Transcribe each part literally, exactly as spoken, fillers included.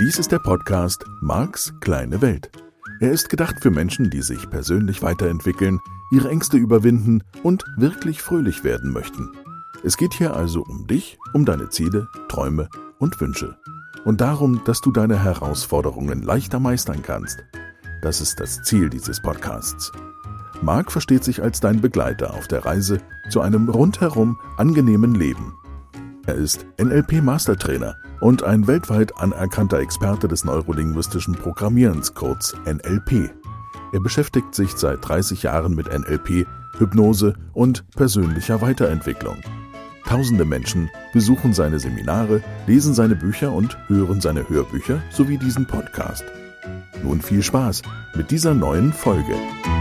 Dies ist der Podcast Marks kleine Welt. Er ist gedacht für Menschen, die sich persönlich weiterentwickeln, ihre Ängste überwinden und wirklich fröhlich werden möchten. Es geht hier also um dich, um deine Ziele, Träume und Wünsche. Und darum, dass du deine Herausforderungen leichter meistern kannst. Das ist das Ziel dieses Podcasts. Mark versteht sich als dein Begleiter auf der Reise zu einem rundherum angenehmen Leben. Er ist N L P-Mastertrainer und ein weltweit anerkannter Experte des neurolinguistischen Programmierens, kurz N L P. Er beschäftigt sich seit dreißig Jahren mit N L P, Hypnose und persönlicher Weiterentwicklung. Tausende Menschen besuchen seine Seminare, lesen seine Bücher und hören seine Hörbücher sowie diesen Podcast. Nun viel Spaß mit dieser neuen Folge.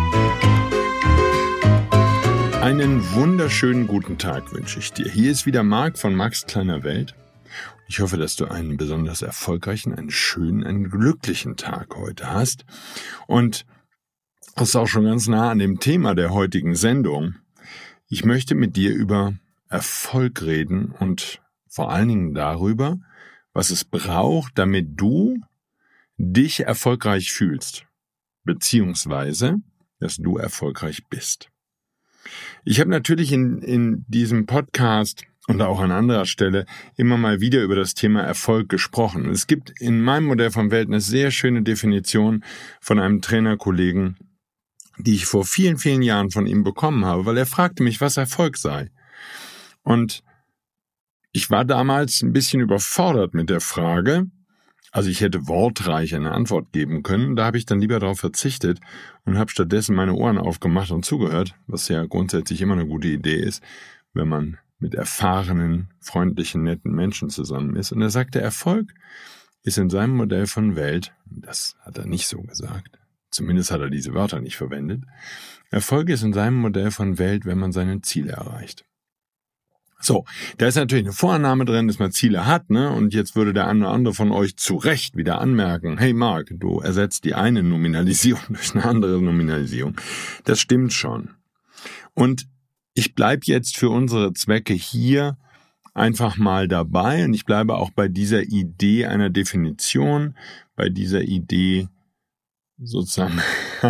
Einen wunderschönen guten Tag wünsche ich dir. Hier ist wieder Mark von Marks kleiner Welt. Ich hoffe, dass du einen besonders erfolgreichen, einen schönen, einen glücklichen Tag heute hast. Und das ist auch schon ganz nah an dem Thema der heutigen Sendung. Ich möchte mit dir über Erfolg reden und vor allen Dingen darüber, was es braucht, damit du dich erfolgreich fühlst, beziehungsweise, dass du erfolgreich bist. Ich habe natürlich in, in diesem Podcast und auch an anderer Stelle immer mal wieder über das Thema Erfolg gesprochen. Es gibt in meinem Modell von Welt eine sehr schöne Definition von einem Trainerkollegen, die ich vor vielen, vielen Jahren von ihm bekommen habe, weil er fragte mich, was Erfolg sei. Und ich war damals ein bisschen überfordert mit der Frage. Also ich hätte wortreich eine Antwort geben können, da habe ich dann lieber darauf verzichtet und habe stattdessen meine Ohren aufgemacht und zugehört, was ja grundsätzlich immer eine gute Idee ist, wenn man mit erfahrenen, freundlichen, netten Menschen zusammen ist. Und er sagte, Erfolg ist in seinem Modell von Welt, das hat er nicht so gesagt, zumindest hat er diese Wörter nicht verwendet, Erfolg ist in seinem Modell von Welt, wenn man seine Ziele erreicht. So, da ist natürlich eine Vorannahme drin, dass man Ziele hat, ne? Und jetzt würde der eine oder andere von euch zu Recht wieder anmerken, hey Mark, du ersetzt die eine Nominalisierung durch eine andere Nominalisierung. Das stimmt schon. Und ich bleibe jetzt für unsere Zwecke hier einfach mal dabei und ich bleibe auch bei dieser Idee einer Definition, bei dieser Idee sozusagen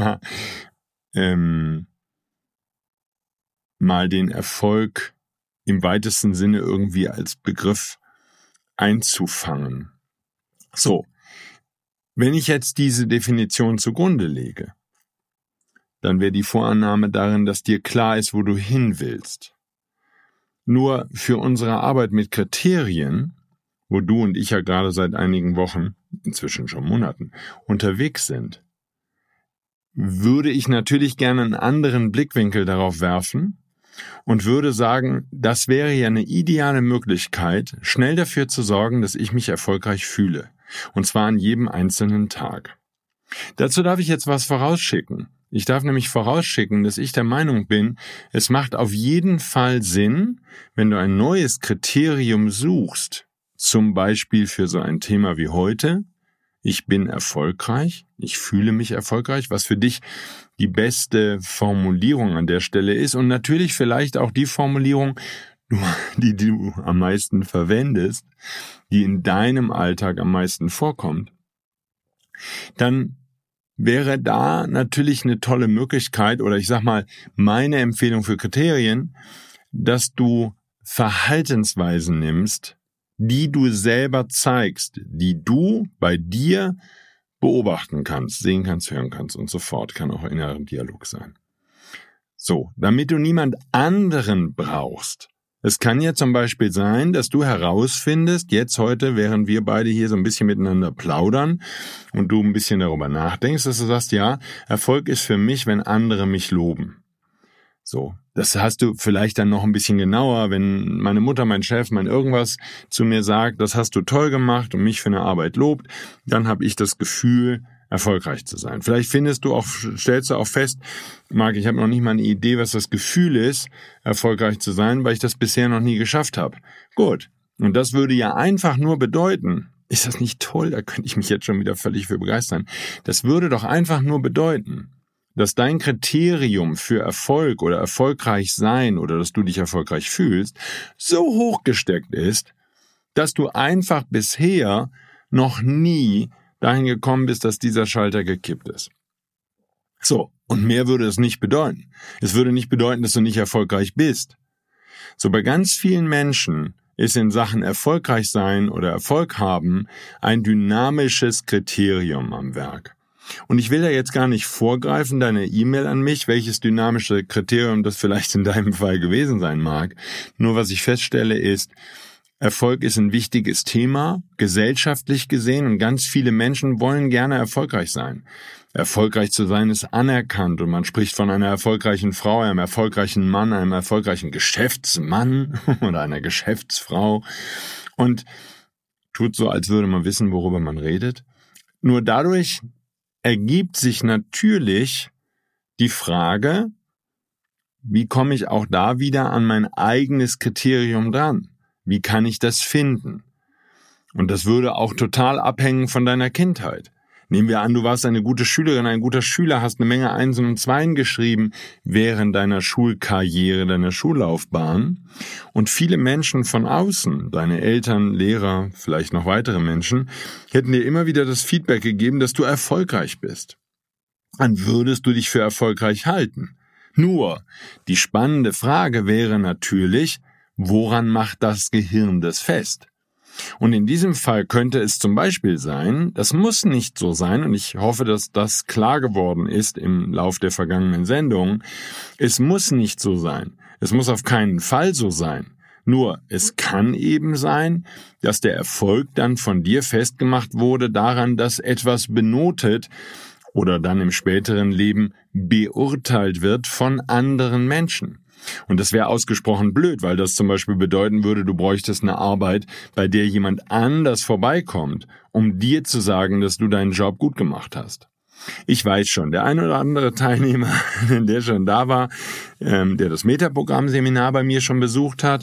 ähm, mal den Erfolg im weitesten Sinne irgendwie als Begriff einzufangen. So, wenn ich jetzt diese Definition zugrunde lege, dann wäre die Vorannahme darin, dass dir klar ist, wo du hin willst. Nur für unsere Arbeit mit Kriterien, wo du und ich ja gerade seit einigen Wochen, inzwischen schon Monaten, unterwegs sind, würde ich natürlich gerne einen anderen Blickwinkel darauf werfen, und würde sagen, das wäre ja eine ideale Möglichkeit, schnell dafür zu sorgen, dass ich mich erfolgreich fühle. Und zwar an jedem einzelnen Tag. Dazu darf ich jetzt was vorausschicken. Ich darf nämlich vorausschicken, dass ich der Meinung bin, es macht auf jeden Fall Sinn, wenn du ein neues Kriterium suchst, zum Beispiel für so ein Thema wie heute, ich bin erfolgreich, ich fühle mich erfolgreich, was für dich die beste Formulierung an der Stelle ist und natürlich vielleicht auch die Formulierung, die du am meisten verwendest, die in deinem Alltag am meisten vorkommt, dann wäre da natürlich eine tolle Möglichkeit oder ich sag mal meine Empfehlung für Kriterien, dass du Verhaltensweisen nimmst, die du selber zeigst, die du bei dir beobachten kannst, sehen kannst, hören kannst und so fort. Kann auch innerer Dialog sein. So, damit du niemand anderen brauchst. Es kann ja zum Beispiel sein, dass du herausfindest, jetzt heute, während wir beide hier so ein bisschen miteinander plaudern und du ein bisschen darüber nachdenkst, dass du sagst, ja, Erfolg ist für mich, wenn andere mich loben. So, das hast du vielleicht dann noch ein bisschen genauer, wenn meine Mutter, mein Chef, mein irgendwas zu mir sagt, das hast du toll gemacht und mich für eine Arbeit lobt, dann habe ich das Gefühl, erfolgreich zu sein. Vielleicht findest du auch, stellst du auch fest, Marc, ich habe noch nicht mal eine Idee, was das Gefühl ist, erfolgreich zu sein, weil ich das bisher noch nie geschafft habe. Gut, und das würde ja einfach nur bedeuten, ist das nicht toll, da könnte ich mich jetzt schon wieder völlig für begeistern, das würde doch einfach nur bedeuten, dass dein Kriterium für Erfolg oder erfolgreich sein oder dass du dich erfolgreich fühlst, so hoch gesteckt ist, dass du einfach bisher noch nie dahin gekommen bist, dass dieser Schalter gekippt ist. So, und mehr würde es nicht bedeuten. Es würde nicht bedeuten, dass du nicht erfolgreich bist. So, bei ganz vielen Menschen ist in Sachen erfolgreich sein oder Erfolg haben ein dynamisches Kriterium am Werk. Und ich will da jetzt gar nicht vorgreifen, deine E-Mail an mich, welches dynamische Kriterium das vielleicht in deinem Fall gewesen sein mag. Nur was ich feststelle ist, Erfolg ist ein wichtiges Thema, gesellschaftlich gesehen, und ganz viele Menschen wollen gerne erfolgreich sein. Erfolgreich zu sein ist anerkannt und man spricht von einer erfolgreichen Frau, einem erfolgreichen Mann, einem erfolgreichen Geschäftsmann oder einer Geschäftsfrau und tut so, als würde man wissen, worüber man redet. Nur dadurch ergibt sich natürlich die Frage, wie komme ich auch da wieder an mein eigenes Kriterium dran? Wie kann ich das finden? Und das würde auch total abhängen von deiner Kindheit. Nehmen wir an, du warst eine gute Schülerin, ein guter Schüler, hast eine Menge Einsen und Zweien geschrieben während deiner Schulkarriere, deiner Schullaufbahn. Und viele Menschen von außen, deine Eltern, Lehrer, vielleicht noch weitere Menschen, hätten dir immer wieder das Feedback gegeben, dass du erfolgreich bist. Dann würdest du dich für erfolgreich halten. Nur, die spannende Frage wäre natürlich, woran macht das Gehirn das fest? Und in diesem Fall könnte es zum Beispiel sein, das muss nicht so sein, und ich hoffe, dass das klar geworden ist im Lauf der vergangenen Sendung, es muss nicht so sein. Es muss auf keinen Fall so sein. Nur, es kann eben sein, dass der Erfolg dann von dir festgemacht wurde daran, dass etwas benotet oder dann im späteren Leben beurteilt wird von anderen Menschen. Und das wäre ausgesprochen blöd, weil das zum Beispiel bedeuten würde, du bräuchtest eine Arbeit, bei der jemand anders vorbeikommt, um dir zu sagen, dass du deinen Job gut gemacht hast. Ich weiß schon, der ein oder andere Teilnehmer, der schon da war, ähm, der das Metaprogramm-Seminar bei mir schon besucht hat,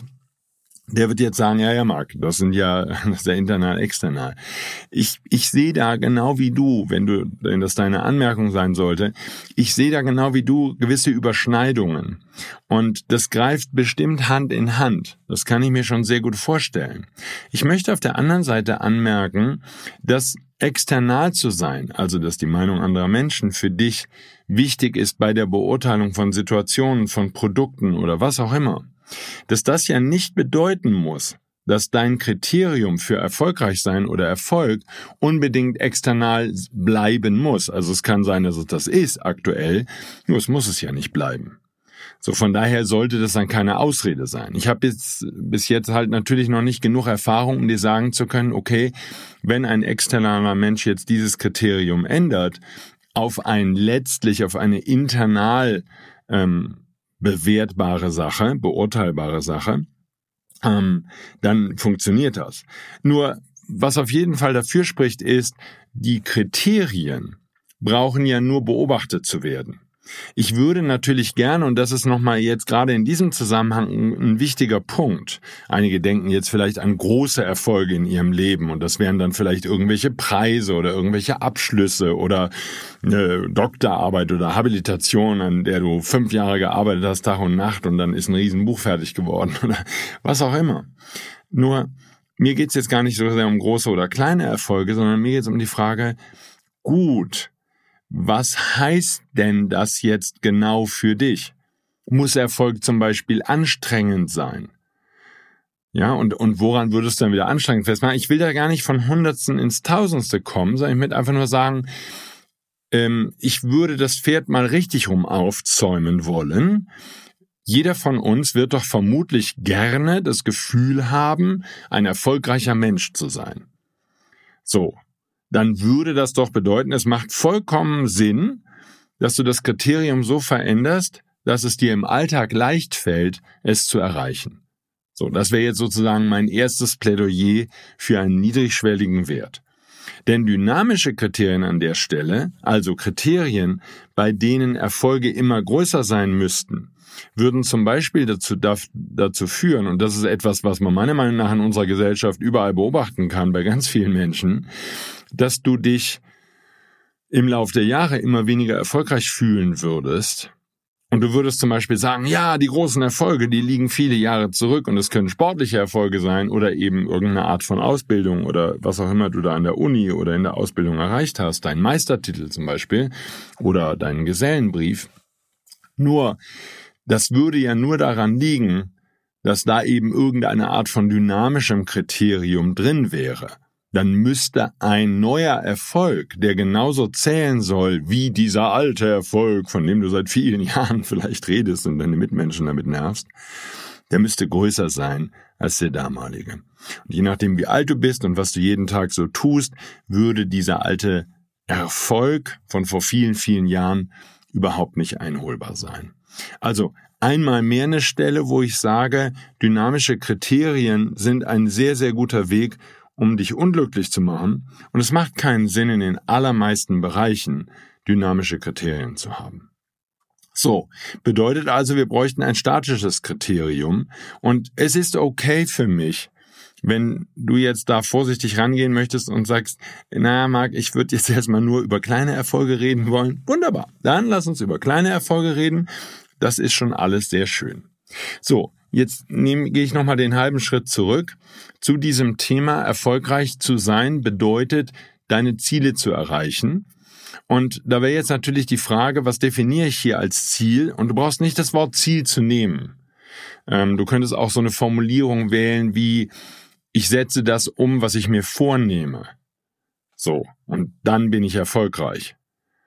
der wird jetzt sagen, ja, ja, Marc, das sind ja, das ist ja internal, external. Ich, ich sehe da genau wie du, wenn du, wenn das deine Anmerkung sein sollte, ich sehe da genau wie du gewisse Überschneidungen. Und das greift bestimmt Hand in Hand. Das kann ich mir schon sehr gut vorstellen. Ich möchte auf der anderen Seite anmerken, dass external zu sein, also dass die Meinung anderer Menschen für dich wichtig ist bei der Beurteilung von Situationen, von Produkten oder was auch immer, dass das ja nicht bedeuten muss, dass dein Kriterium für erfolgreich sein oder Erfolg unbedingt external bleiben muss. Also es kann sein, dass es das ist aktuell, nur es muss es ja nicht bleiben. So, von daher sollte das dann keine Ausrede sein. Ich habe jetzt bis jetzt halt natürlich noch nicht genug Erfahrung, um dir sagen zu können, okay, wenn ein externer Mensch jetzt dieses Kriterium ändert, auf ein letztlich, auf eine internal ähm, bewertbare Sache, beurteilbare Sache, ähm, dann funktioniert das. Nur, was auf jeden Fall dafür spricht, ist, die Kriterien brauchen ja nur beobachtet zu werden. Ich würde natürlich gerne, und das ist nochmal jetzt gerade in diesem Zusammenhang ein wichtiger Punkt, einige denken jetzt vielleicht an große Erfolge in ihrem Leben und das wären dann vielleicht irgendwelche Preise oder irgendwelche Abschlüsse oder eine Doktorarbeit oder Habilitation, an der du fünf Jahre gearbeitet hast, Tag und Nacht, und dann ist ein Riesenbuch fertig geworden oder was auch immer. Nur, mir geht's jetzt gar nicht so sehr um große oder kleine Erfolge, sondern mir geht's um die Frage, gut, was heißt denn das jetzt genau für dich? Muss Erfolg zum Beispiel anstrengend sein? Ja, und, und woran würdest du dann wieder anstrengend festmachen? Ich will da gar nicht von Hundertsten ins Tausendste kommen, sondern ich möchte einfach nur sagen, ähm, ich würde das Pferd mal richtig rum aufzäumen wollen. Jeder von uns wird doch vermutlich gerne das Gefühl haben, ein erfolgreicher Mensch zu sein. So. Dann würde das doch bedeuten, es macht vollkommen Sinn, dass du das Kriterium so veränderst, dass es dir im Alltag leicht fällt, es zu erreichen. So, das wäre jetzt sozusagen mein erstes Plädoyer für einen niedrigschwelligen Wert. Denn dynamische Kriterien an der Stelle, also Kriterien, bei denen Erfolge immer größer sein müssten, würden zum Beispiel dazu, dazu führen, und das ist etwas, was man meiner Meinung nach in unserer Gesellschaft überall beobachten kann, bei ganz vielen Menschen, dass du dich im Lauf der Jahre immer weniger erfolgreich fühlen würdest, Und du würdest zum Beispiel sagen, ja, die großen Erfolge, die liegen viele Jahre zurück und es können sportliche Erfolge sein oder eben irgendeine Art von Ausbildung oder was auch immer du da an der Uni oder in der Ausbildung erreicht hast, dein Meistertitel zum Beispiel oder deinen Gesellenbrief. Nur, das würde ja nur daran liegen, dass da eben irgendeine Art von dynamischem Kriterium drin wäre. Dann müsste ein neuer Erfolg, der genauso zählen soll wie dieser alte Erfolg, von dem du seit vielen Jahren vielleicht redest und deine Mitmenschen damit nervst, der müsste größer sein als der damalige. Und je nachdem, wie alt du bist und was du jeden Tag so tust, würde dieser alte Erfolg von vor vielen, vielen Jahren überhaupt nicht einholbar sein. Also einmal mehr eine Stelle, wo ich sage, dynamische Kriterien sind ein sehr, sehr guter Weg, um dich unglücklich zu machen, und es macht keinen Sinn, in den allermeisten Bereichen dynamische Kriterien zu haben. So, bedeutet also, wir bräuchten ein statisches Kriterium, und es ist okay für mich, wenn du jetzt da vorsichtig rangehen möchtest und sagst, naja, Marc, ich würde jetzt erstmal nur über kleine Erfolge reden wollen. Wunderbar, dann lass uns über kleine Erfolge reden. Das ist schon alles sehr schön. So, jetzt nehme, gehe ich nochmal den halben Schritt zurück. Zu diesem Thema erfolgreich zu sein bedeutet, deine Ziele zu erreichen. Und da wäre jetzt natürlich die Frage, was definiere ich hier als Ziel? Und du brauchst nicht das Wort Ziel zu nehmen. Ähm, du könntest auch so eine Formulierung wählen wie, ich setze das um, was ich mir vornehme. So, und dann bin ich erfolgreich.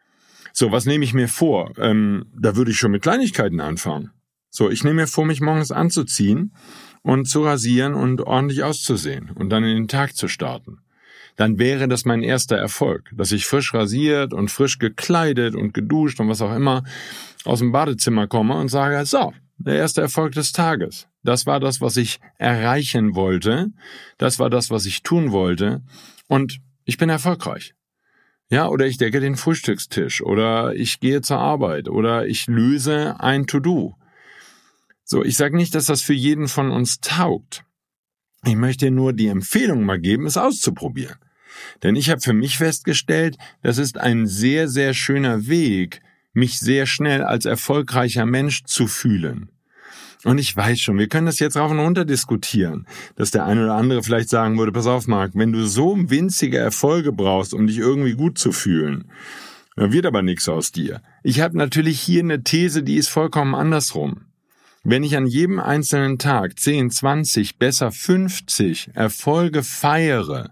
So, was nehme ich mir vor? Ähm, da würde ich schon mit Kleinigkeiten anfangen. So, ich nehme mir vor, mich morgens anzuziehen und zu rasieren und ordentlich auszusehen und dann in den Tag zu starten. Dann wäre das mein erster Erfolg, dass ich frisch rasiert und frisch gekleidet und geduscht und was auch immer aus dem Badezimmer komme und sage, so, der erste Erfolg des Tages. Das war das, was ich erreichen wollte. Das war das, was ich tun wollte. Und ich bin erfolgreich. Ja, oder ich decke den Frühstückstisch oder ich gehe zur Arbeit oder ich löse ein To-Do. So, ich sage nicht, dass das für jeden von uns taugt. Ich möchte dir nur die Empfehlung mal geben, es auszuprobieren. Denn ich habe für mich festgestellt, das ist ein sehr, sehr schöner Weg, mich sehr schnell als erfolgreicher Mensch zu fühlen. Und ich weiß schon, wir können das jetzt rauf und runter diskutieren, dass der eine oder andere vielleicht sagen würde, pass auf, Marc, wenn du so winzige Erfolge brauchst, um dich irgendwie gut zu fühlen, dann wird aber nichts aus dir. Ich habe natürlich hier eine These, die ist vollkommen andersrum. Wenn ich an jedem einzelnen Tag zehn, zwanzig, besser fünfzig Erfolge feiere,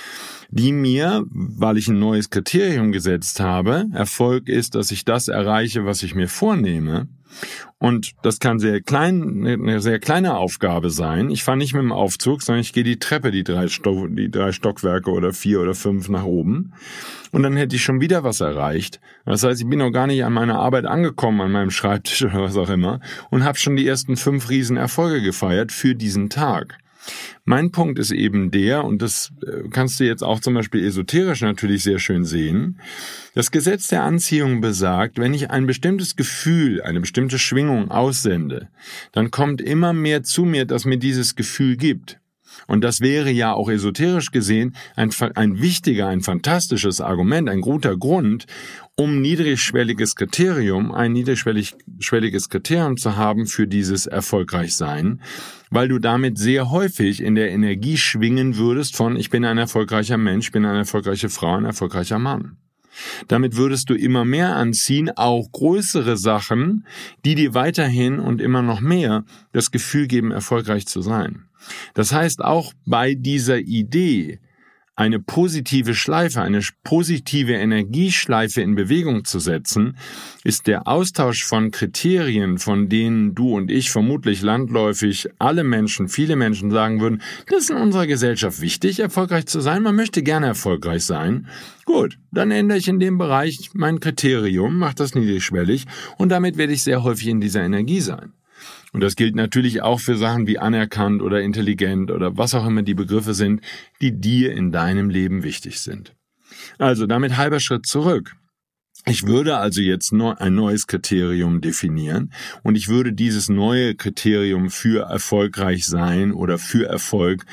die mir, weil ich ein neues Kriterium gesetzt habe, Erfolg ist, dass ich das erreiche, was ich mir vornehme, und das kann sehr klein, eine sehr kleine Aufgabe sein. Ich fahre nicht mit dem Aufzug, sondern ich gehe die Treppe, die drei, Sto- die drei Stockwerke oder vier oder fünf nach oben. Und dann hätte ich schon wieder was erreicht. Das heißt, ich bin noch gar nicht an meiner Arbeit angekommen, an meinem Schreibtisch oder was auch immer, und habe schon die ersten fünf Riesenerfolge gefeiert für diesen Tag. Mein Punkt ist eben der, und das kannst du jetzt auch zum Beispiel esoterisch natürlich sehr schön sehen, das Gesetz der Anziehung besagt, wenn ich ein bestimmtes Gefühl, eine bestimmte Schwingung aussende, dann kommt immer mehr zu mir, das mir dieses Gefühl gibt. Und das wäre ja auch esoterisch gesehen ein, ein wichtiger, ein fantastisches Argument, ein guter Grund, um niedrigschwelliges Kriterium, ein niedrigschwelliges Kriterium zu haben für dieses Erfolgreichsein, weil du damit sehr häufig in der Energie schwingen würdest von ich bin ein erfolgreicher Mensch, ich bin eine erfolgreiche Frau, ein erfolgreicher Mann. Damit würdest du immer mehr anziehen, auch größere Sachen, die dir weiterhin und immer noch mehr das Gefühl geben, erfolgreich zu sein. Das heißt, auch bei dieser Idee, eine positive Schleife, eine positive Energieschleife in Bewegung zu setzen, ist der Austausch von Kriterien, von denen du und ich vermutlich landläufig alle Menschen, viele Menschen sagen würden, das ist in unserer Gesellschaft wichtig, erfolgreich zu sein, man möchte gerne erfolgreich sein. Gut, dann ändere ich in dem Bereich mein Kriterium, mache das niedrigschwellig und damit werde ich sehr häufig in dieser Energie sein. Und das gilt natürlich auch für Sachen wie anerkannt oder intelligent oder was auch immer die Begriffe sind, die dir in deinem Leben wichtig sind. Also damit halber Schritt zurück. Ich würde also jetzt ein neues Kriterium definieren und ich würde dieses neue Kriterium für erfolgreich sein oder für Erfolg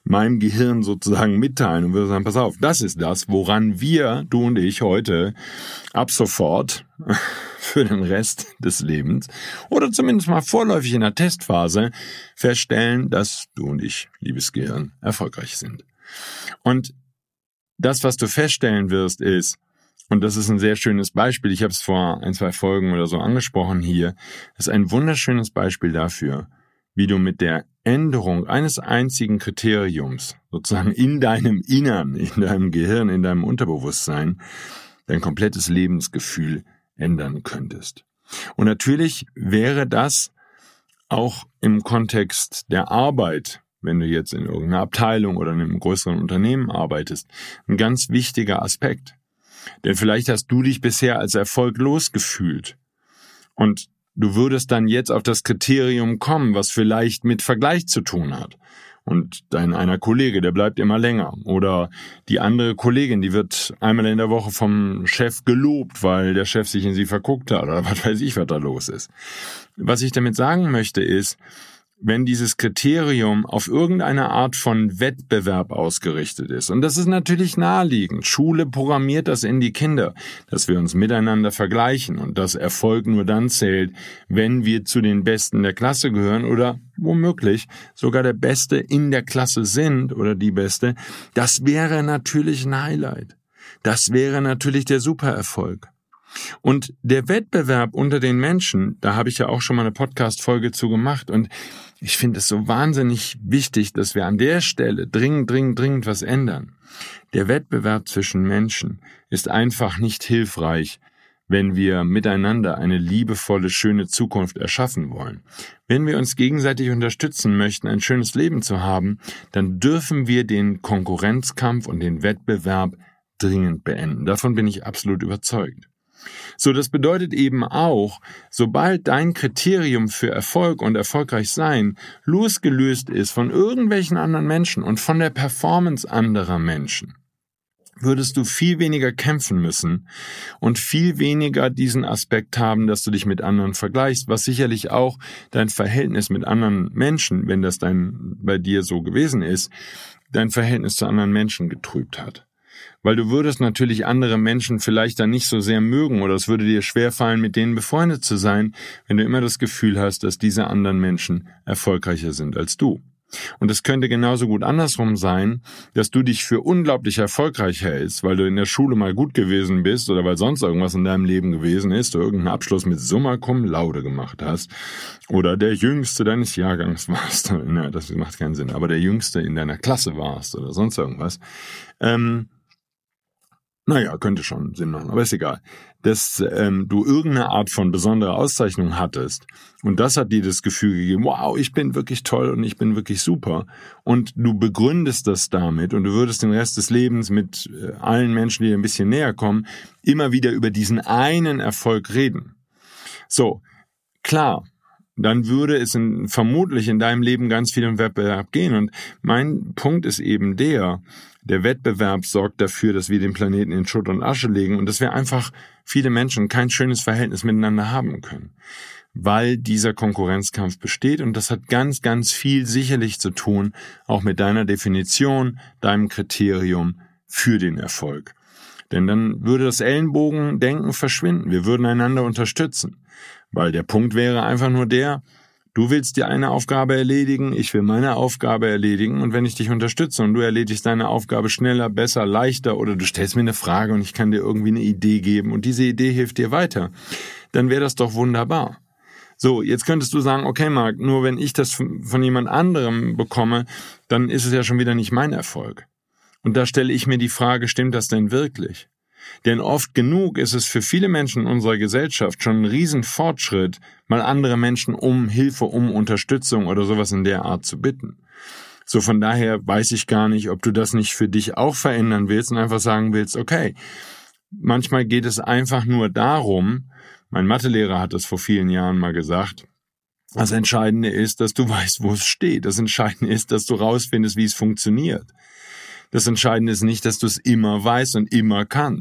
meinem Gehirn sozusagen mitteilen und würde sagen, pass auf, das ist das, woran wir, du und ich, heute ab sofort für den Rest des Lebens oder zumindest mal vorläufig in der Testphase feststellen, dass du und ich, liebes Gehirn, erfolgreich sind. Und das, was du feststellen wirst, ist, und das ist ein sehr schönes Beispiel, ich habe es vor ein, zwei Folgen oder so angesprochen hier, das ist ein wunderschönes Beispiel dafür, wie du mit der Änderung eines einzigen Kriteriums, sozusagen in deinem Innern, in deinem Gehirn, in deinem Unterbewusstsein, dein komplettes Lebensgefühl ändern könntest. Und natürlich wäre das auch im Kontext der Arbeit, wenn du jetzt in irgendeiner Abteilung oder in einem größeren Unternehmen arbeitest, ein ganz wichtiger Aspekt. Denn vielleicht hast du dich bisher als erfolglos gefühlt und du würdest dann jetzt auf das Kriterium kommen, was vielleicht mit Vergleich zu tun hat. Und dein einer Kollege, der bleibt immer länger. Oder die andere Kollegin, die wird einmal in der Woche vom Chef gelobt, weil der Chef sich in sie verguckt hat oder was weiß ich, was da los ist. Was ich damit sagen möchte ist, wenn dieses Kriterium auf irgendeine Art von Wettbewerb ausgerichtet ist. Und das ist natürlich naheliegend. Schule programmiert das in die Kinder, dass wir uns miteinander vergleichen und dass Erfolg nur dann zählt, wenn wir zu den Besten der Klasse gehören oder womöglich sogar der Beste in der Klasse sind oder die Beste. Das wäre natürlich ein Highlight. Das wäre natürlich der Supererfolg. Und der Wettbewerb unter den Menschen, da habe ich ja auch schon mal eine Podcast-Folge zu gemacht und ich finde es so wahnsinnig wichtig, dass wir an der Stelle dringend, dringend, dringend was ändern. Der Wettbewerb zwischen Menschen ist einfach nicht hilfreich, wenn wir miteinander eine liebevolle, schöne Zukunft erschaffen wollen. Wenn wir uns gegenseitig unterstützen möchten, ein schönes Leben zu haben, dann dürfen wir den Konkurrenzkampf und den Wettbewerb dringend beenden. Davon bin ich absolut überzeugt. So, das bedeutet eben auch, sobald dein Kriterium für Erfolg und erfolgreich sein losgelöst ist von irgendwelchen anderen Menschen und von der Performance anderer Menschen, würdest du viel weniger kämpfen müssen und viel weniger diesen Aspekt haben, dass du dich mit anderen vergleichst, was sicherlich auch dein Verhältnis mit anderen Menschen, wenn das dein bei dir so gewesen ist, dein Verhältnis zu anderen Menschen getrübt hat. Weil du würdest natürlich andere Menschen vielleicht dann nicht so sehr mögen oder es würde dir schwerfallen, mit denen befreundet zu sein, wenn du immer das Gefühl hast, dass diese anderen Menschen erfolgreicher sind als du. Und es könnte genauso gut andersrum sein, dass du dich für unglaublich erfolgreich hältst, weil du in der Schule mal gut gewesen bist oder weil sonst irgendwas in deinem Leben gewesen ist, du irgendeinen Abschluss mit Summa Cum Laude gemacht hast oder der Jüngste deines Jahrgangs warst. Na, das macht keinen Sinn, aber der Jüngste in deiner Klasse warst oder sonst irgendwas. Ähm, Naja, könnte schon Sinn machen, aber ist egal. Dass ähm, du irgendeine Art von besonderer Auszeichnung hattest und das hat dir das Gefühl gegeben, wow, ich bin wirklich toll und ich bin wirklich super und du begründest das damit und du würdest den Rest des Lebens mit äh, allen Menschen, die dir ein bisschen näher kommen, immer wieder über diesen einen Erfolg reden. So, klar, dann würde es in, vermutlich in deinem Leben ganz viel um Wettbewerb gehen und mein Punkt ist eben der, der Wettbewerb sorgt dafür, dass wir den Planeten in Schutt und Asche legen und dass wir einfach viele Menschen kein schönes Verhältnis miteinander haben können, weil dieser Konkurrenzkampf besteht und das hat ganz, ganz viel sicherlich zu tun, auch mit deiner Definition, deinem Kriterium für den Erfolg. Denn dann würde das Ellenbogendenken verschwinden, wir würden einander unterstützen, weil der Punkt wäre einfach nur der, du willst dir eine Aufgabe erledigen, ich will meine Aufgabe erledigen und wenn ich dich unterstütze und du erledigst deine Aufgabe schneller, besser, leichter oder du stellst mir eine Frage und ich kann dir irgendwie eine Idee geben und diese Idee hilft dir weiter, dann wäre das doch wunderbar. So, jetzt könntest du sagen, okay Marc, nur wenn ich das von jemand anderem bekomme, dann ist es ja schon wieder nicht mein Erfolg. Und da stelle ich mir die Frage, stimmt das denn wirklich? Denn oft genug ist es für viele Menschen in unserer Gesellschaft schon ein Riesenfortschritt, mal andere Menschen um Hilfe, um Unterstützung oder sowas in der Art zu bitten. So von daher weiß ich gar nicht, ob du das nicht für dich auch verändern willst und einfach sagen willst, okay, manchmal geht es einfach nur darum, mein Mathelehrer hat das vor vielen Jahren mal gesagt, das Entscheidende ist, dass du weißt, wo es steht. Das Entscheidende ist, dass du rausfindest, wie es funktioniert. Das Entscheidende ist nicht, dass du es immer weißt und immer kannst.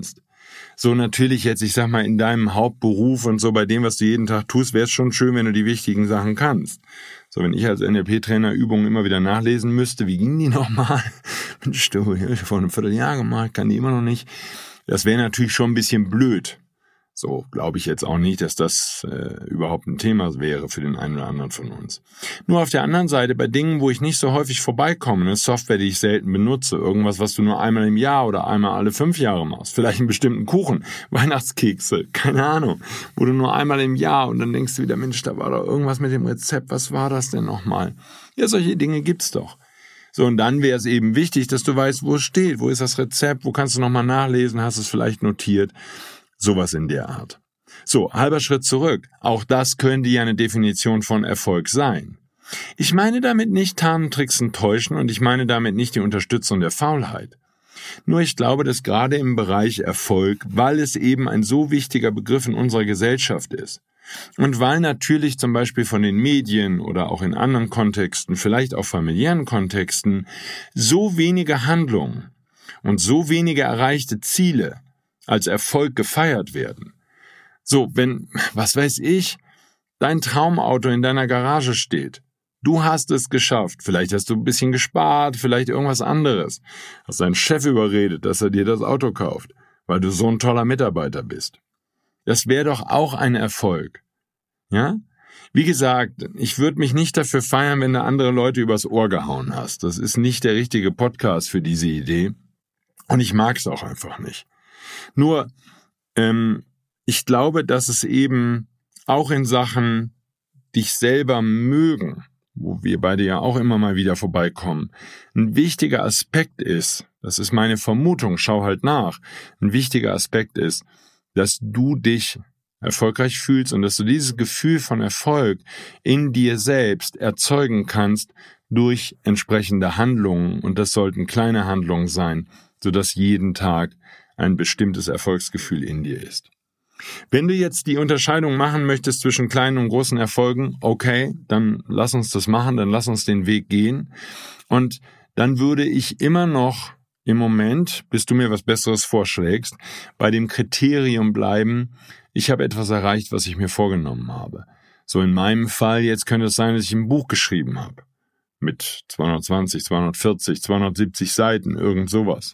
So natürlich jetzt, ich sag mal, in deinem Hauptberuf und so bei dem, was du jeden Tag tust, wäre es schon schön, wenn du die wichtigen Sachen kannst. So, wenn ich als N L P-Trainer Übungen immer wieder nachlesen müsste, wie gingen die nochmal? Mensch, du, ich habe vor einem Vierteljahr gemacht, kann die immer noch nicht. Das wäre natürlich schon ein bisschen blöd. So glaube ich jetzt auch nicht, dass das äh, überhaupt ein Thema wäre für den einen oder anderen von uns. Nur auf der anderen Seite, bei Dingen, wo ich nicht so häufig vorbeikomme, eine Software, die ich selten benutze, irgendwas, was du nur einmal im Jahr oder einmal alle fünf Jahre machst, vielleicht einen bestimmten Kuchen, Weihnachtskekse, keine Ahnung, wo du nur einmal im Jahr und dann denkst du wieder, Mensch, da war doch irgendwas mit dem Rezept, was war das denn nochmal? Ja, solche Dinge gibt's doch. So, und dann wäre es eben wichtig, dass du weißt, wo es steht, wo ist das Rezept, wo kannst du nochmal nachlesen, hast es vielleicht notiert. Sowas in der Art. So, halber Schritt zurück. Auch das könnte ja eine Definition von Erfolg sein. Ich meine damit nicht Tarnen, Tricksen, Täuschen und ich meine damit nicht die Unterstützung der Faulheit. Nur ich glaube, dass gerade im Bereich Erfolg, weil es eben ein so wichtiger Begriff in unserer Gesellschaft ist und weil natürlich zum Beispiel von den Medien oder auch in anderen Kontexten, vielleicht auch familiären Kontexten, so wenige Handlungen und so wenige erreichte Ziele als Erfolg gefeiert werden. So, wenn, was weiß ich, dein Traumauto in deiner Garage steht, du hast es geschafft, vielleicht hast du ein bisschen gespart, vielleicht irgendwas anderes, hast deinen Chef überredet, dass er dir das Auto kauft, weil du so ein toller Mitarbeiter bist. Das wäre doch auch ein Erfolg. Ja? Wie gesagt, ich würde mich nicht dafür feiern, wenn du andere Leute übers Ohr gehauen hast. Das ist nicht der richtige Podcast für diese Idee. Und ich mag es auch einfach nicht. Nur, ähm, ich glaube, dass es eben auch in Sachen dich selber mögen, wo wir beide ja auch immer mal wieder vorbeikommen, ein wichtiger Aspekt ist, das ist meine Vermutung, schau halt nach, ein wichtiger Aspekt ist, dass du dich erfolgreich fühlst und dass du dieses Gefühl von Erfolg in dir selbst erzeugen kannst durch entsprechende Handlungen, und das sollten kleine Handlungen sein, sodass jeden Tag ein bestimmtes Erfolgsgefühl in dir ist. Wenn du jetzt die Unterscheidung machen möchtest zwischen kleinen und großen Erfolgen, okay, dann lass uns das machen, dann lass uns den Weg gehen. Und dann würde ich immer noch im Moment, bis du mir was Besseres vorschlägst, bei dem Kriterium bleiben, ich habe etwas erreicht, was ich mir vorgenommen habe. So in meinem Fall, jetzt könnte es sein, dass ich ein Buch geschrieben habe. Mit zweihundertzwanzig, zweihundertvierzig, zweihundertsiebzig Seiten, irgend sowas.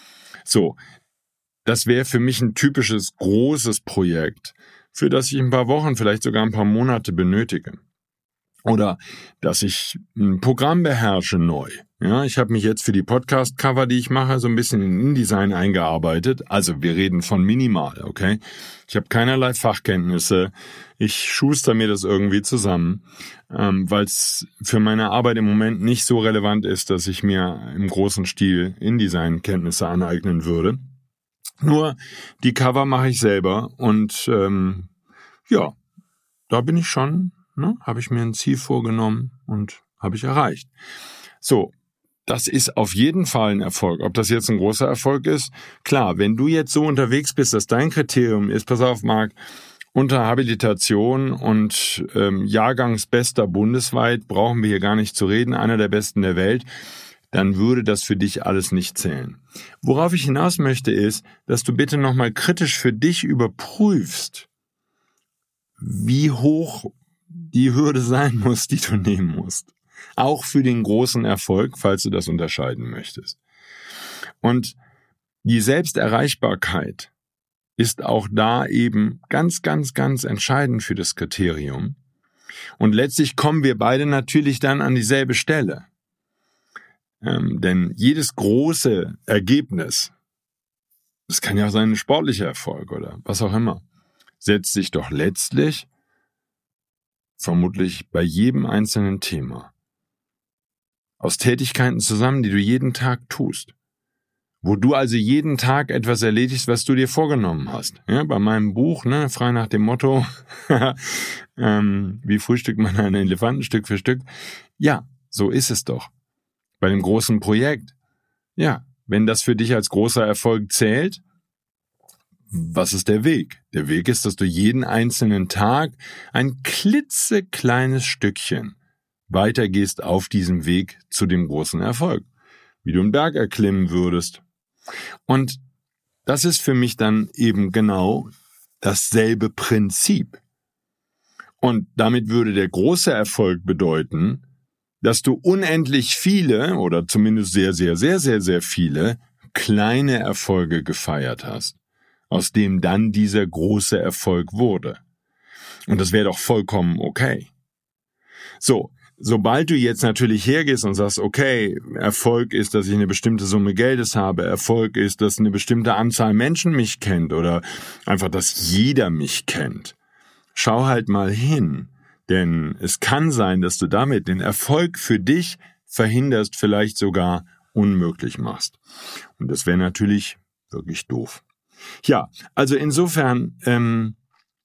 So, das wäre für mich ein typisches großes Projekt, für das ich ein paar Wochen, vielleicht sogar ein paar Monate benötige. Oder dass ich ein Programm beherrsche neu. Ja, ich habe mich jetzt für die Podcast-Cover, die ich mache, so ein bisschen in InDesign eingearbeitet. Also wir reden von minimal, okay? Ich habe keinerlei Fachkenntnisse. Ich schuster mir das irgendwie zusammen, ähm, weil es für meine Arbeit im Moment nicht so relevant ist, dass ich mir im großen Stil InDesign-Kenntnisse aneignen würde. Nur die Cover mache ich selber und ähm, ja, da bin ich schon, ne, habe ich mir ein Ziel vorgenommen und habe ich erreicht. So, das ist auf jeden Fall ein Erfolg. Ob das jetzt ein großer Erfolg ist? Klar, wenn du jetzt so unterwegs bist, dass dein Kriterium ist, pass auf, Marc, unter Habilitation und ähm, Jahrgangsbester bundesweit, brauchen wir hier gar nicht zu reden, einer der besten der Welt, dann würde das für dich alles nicht zählen. Worauf ich hinaus möchte ist, dass du bitte nochmal kritisch für dich überprüfst, wie hoch die Hürde sein muss, die du nehmen musst. Auch für den großen Erfolg, falls du das unterscheiden möchtest. Und die Selbsterreichbarkeit ist auch da eben ganz, ganz, ganz entscheidend für das Kriterium. Und letztlich kommen wir beide natürlich dann an dieselbe Stelle. Ähm, denn jedes große Ergebnis, das kann ja auch sein ein sportlicher Erfolg oder was auch immer, setzt sich doch letztlich vermutlich bei jedem einzelnen Thema aus Tätigkeiten zusammen, die du jeden Tag tust. Wo du also jeden Tag etwas erledigst, was du dir vorgenommen hast. Ja, bei meinem Buch, ne, frei nach dem Motto, ähm, wie frühstückt man einen Elefanten Stück für Stück? Ja, so ist es doch. Bei dem großen Projekt. Ja, wenn das für dich als großer Erfolg zählt, was ist der Weg? Der Weg ist, dass du jeden einzelnen Tag ein klitzekleines Stückchen weitergehst auf diesem Weg zu dem großen Erfolg. Wie du einen Berg erklimmen würdest. Und das ist für mich dann eben genau dasselbe Prinzip. Und damit würde der große Erfolg bedeuten, dass du unendlich viele oder zumindest sehr, sehr, sehr, sehr, sehr viele kleine Erfolge gefeiert hast, aus dem dann dieser große Erfolg wurde. Und das wäre doch vollkommen okay. So, sobald du jetzt natürlich hergehst und sagst, okay, Erfolg ist, dass ich eine bestimmte Summe Geldes habe, Erfolg ist, dass eine bestimmte Anzahl Menschen mich kennt oder einfach, dass jeder mich kennt. Schau halt mal hin, denn es kann sein, dass du damit den Erfolg für dich verhinderst, vielleicht sogar unmöglich machst. Und das wäre natürlich wirklich doof. Ja, also insofern ähm,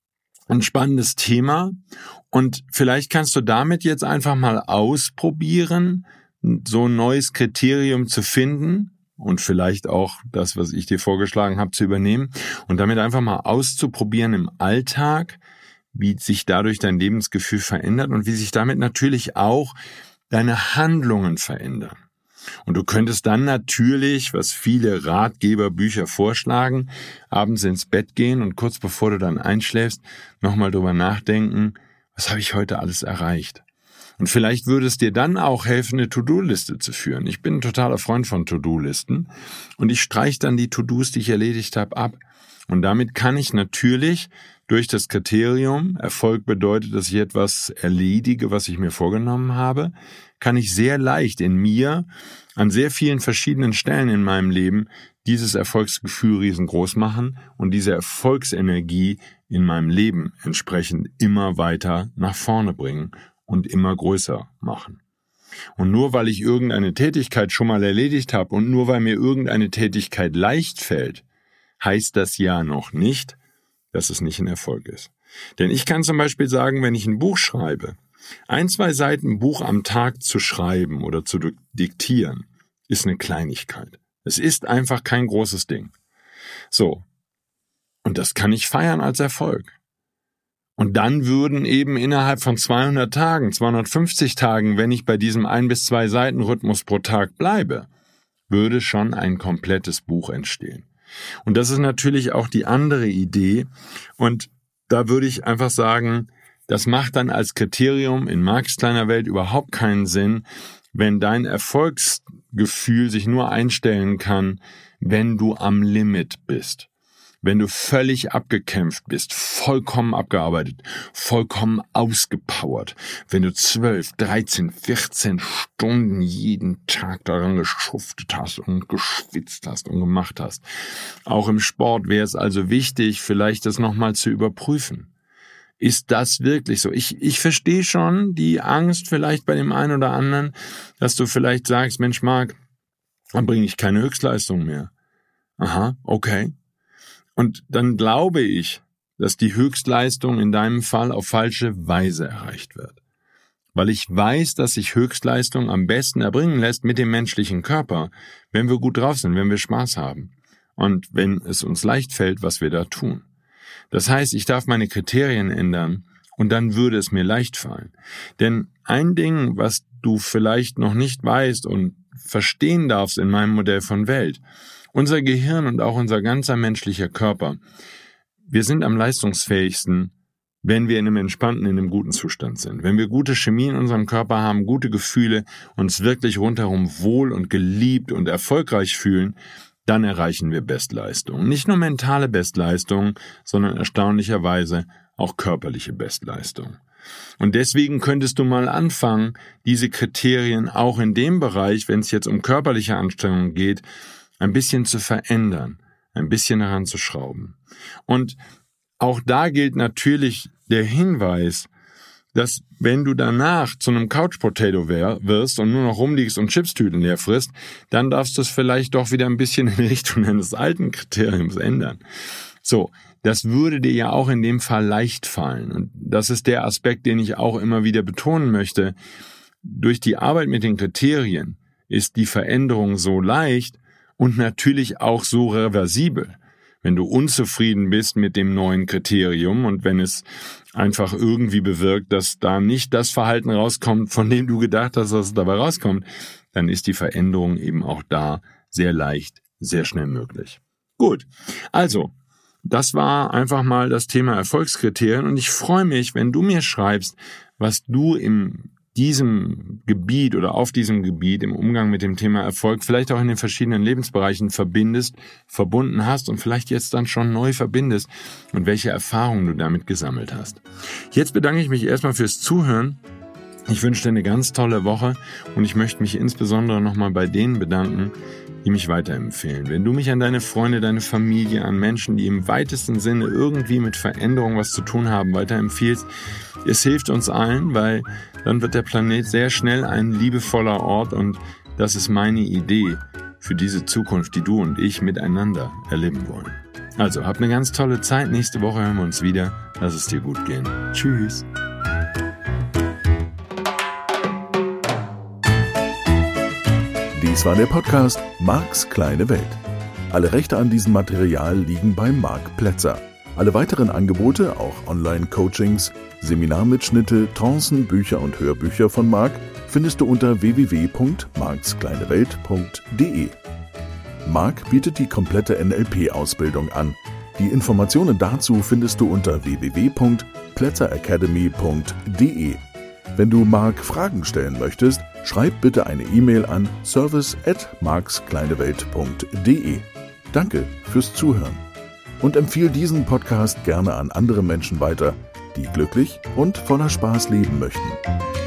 ein spannendes Thema und vielleicht kannst du damit jetzt einfach mal ausprobieren, so ein neues Kriterium zu finden und vielleicht auch das, was ich dir vorgeschlagen habe, zu übernehmen und damit einfach mal auszuprobieren im Alltag, wie sich dadurch dein Lebensgefühl verändert und wie sich damit natürlich auch deine Handlungen verändern. Und du könntest dann natürlich, was viele Ratgeberbücher vorschlagen, abends ins Bett gehen und kurz bevor du dann einschläfst, nochmal drüber nachdenken, was habe ich heute alles erreicht? Und vielleicht würde es dir dann auch helfen, eine To-Do-Liste zu führen. Ich bin ein totaler Freund von To-Do-Listen und ich streiche dann die To-Dos, die ich erledigt habe, ab. Und damit kann ich natürlich durch das Kriterium, Erfolg bedeutet, dass ich etwas erledige, was ich mir vorgenommen habe, kann ich sehr leicht in mir an sehr vielen verschiedenen Stellen in meinem Leben dieses Erfolgsgefühl riesengroß machen und diese Erfolgsenergie in meinem Leben entsprechend immer weiter nach vorne bringen und immer größer machen. Und nur weil ich irgendeine Tätigkeit schon mal erledigt habe und nur weil mir irgendeine Tätigkeit leicht fällt, heißt das ja noch nicht, dass es nicht ein Erfolg ist. Denn ich kann zum Beispiel sagen, wenn ich ein Buch schreibe, ein, zwei Seiten Buch am Tag zu schreiben oder zu diktieren, ist eine Kleinigkeit. Es ist einfach kein großes Ding. So. Und das kann ich feiern als Erfolg. Und dann würden eben innerhalb von zweihundert Tagen, zweihundertfünfzig Tagen, wenn ich bei diesem ein bis zwei Seiten Rhythmus pro Tag bleibe, würde schon ein komplettes Buch entstehen. Und das ist natürlich auch die andere Idee. Und da würde ich einfach sagen, das macht dann als Kriterium in Marx kleiner Welt überhaupt keinen Sinn, wenn dein Erfolgsgefühl sich nur einstellen kann, wenn du am Limit bist. Wenn du völlig abgekämpft bist, vollkommen abgearbeitet, vollkommen ausgepowert, wenn du zwölf, dreizehn, vierzehn Stunden jeden Tag daran geschuftet hast und geschwitzt hast und gemacht hast. Auch im Sport wäre es also wichtig, vielleicht das nochmal zu überprüfen. Ist das wirklich so? Ich, ich verstehe schon die Angst vielleicht bei dem einen oder anderen, dass du vielleicht sagst, Mensch Marc, dann bringe ich keine Höchstleistung mehr. Aha, okay. Und dann glaube ich, dass die Höchstleistung in deinem Fall auf falsche Weise erreicht wird. Weil ich weiß, dass sich Höchstleistung am besten erbringen lässt mit dem menschlichen Körper, wenn wir gut drauf sind, wenn wir Spaß haben und wenn es uns leicht fällt, was wir da tun. Das heißt, ich darf meine Kriterien ändern und dann würde es mir leicht fallen. Denn ein Ding, was du vielleicht noch nicht weißt und verstehen darfst in meinem Modell von Welt, unser Gehirn und auch unser ganzer menschlicher Körper, wir sind am leistungsfähigsten, wenn wir in einem entspannten, in einem guten Zustand sind. Wenn wir gute Chemie in unserem Körper haben, gute Gefühle, uns wirklich rundherum wohl und geliebt und erfolgreich fühlen, dann erreichen wir Bestleistungen. Nicht nur mentale Bestleistungen, sondern erstaunlicherweise auch körperliche Bestleistungen. Und deswegen könntest du mal anfangen, diese Kriterien auch in dem Bereich, wenn es jetzt um körperliche Anstrengungen geht, ein bisschen zu verändern, ein bisschen heranzuschrauben. Und auch da gilt natürlich der Hinweis, dass wenn du danach zu einem Couch Potato wirst und nur noch rumliegst und Chipstüten leer frisst, dann darfst du es vielleicht doch wieder ein bisschen in Richtung eines alten Kriteriums ändern. So, das würde dir ja auch in dem Fall leicht fallen. Und das ist der Aspekt, den ich auch immer wieder betonen möchte. Durch die Arbeit mit den Kriterien ist die Veränderung so leicht und natürlich auch so reversibel. Wenn du unzufrieden bist mit dem neuen Kriterium und wenn es einfach irgendwie bewirkt, dass da nicht das Verhalten rauskommt, von dem du gedacht hast, dass es dabei rauskommt, dann ist die Veränderung eben auch da sehr leicht, sehr schnell möglich. Gut, also, das war einfach mal das Thema Erfolgskriterien und ich freue mich, wenn du mir schreibst, was du in diesem Gebiet oder auf diesem Gebiet im Umgang mit dem Thema Erfolg vielleicht auch in den verschiedenen Lebensbereichen verbindest, verbunden hast und vielleicht jetzt dann schon neu verbindest und welche Erfahrungen du damit gesammelt hast. Jetzt bedanke ich mich erstmal fürs Zuhören. Ich wünsche dir eine ganz tolle Woche und ich möchte mich insbesondere nochmal bei denen bedanken, die mich weiterempfehlen. Wenn du mich an deine Freunde, deine Familie, an Menschen, die im weitesten Sinne irgendwie mit Veränderung was zu tun haben, weiterempfiehlst, es hilft uns allen, weil dann wird der Planet sehr schnell ein liebevoller Ort und das ist meine Idee für diese Zukunft, die du und ich miteinander erleben wollen. Also, hab eine ganz tolle Zeit. Nächste Woche hören wir uns wieder. Lass es dir gut gehen. Tschüss. Dies war der Podcast Marks kleine Welt. Alle Rechte an diesem Material liegen bei Marc Plätzer. Alle weiteren Angebote, auch Online-Coachings, Seminarmitschnitte, Trancen, Bücher und Hörbücher von Marc findest du unter w w w punkt marks kleine welt punkt d e. Marc bietet die komplette N L P-Ausbildung an. Die Informationen dazu findest du unter w w w punkt plätzer academy punkt d e. Wenn du Marc Fragen stellen möchtest, schreib bitte eine E-Mail an service at marks kleine welt punkt d e. Danke fürs Zuhören und empfehle diesen Podcast gerne an andere Menschen weiter, die glücklich und voller Spaß leben möchten.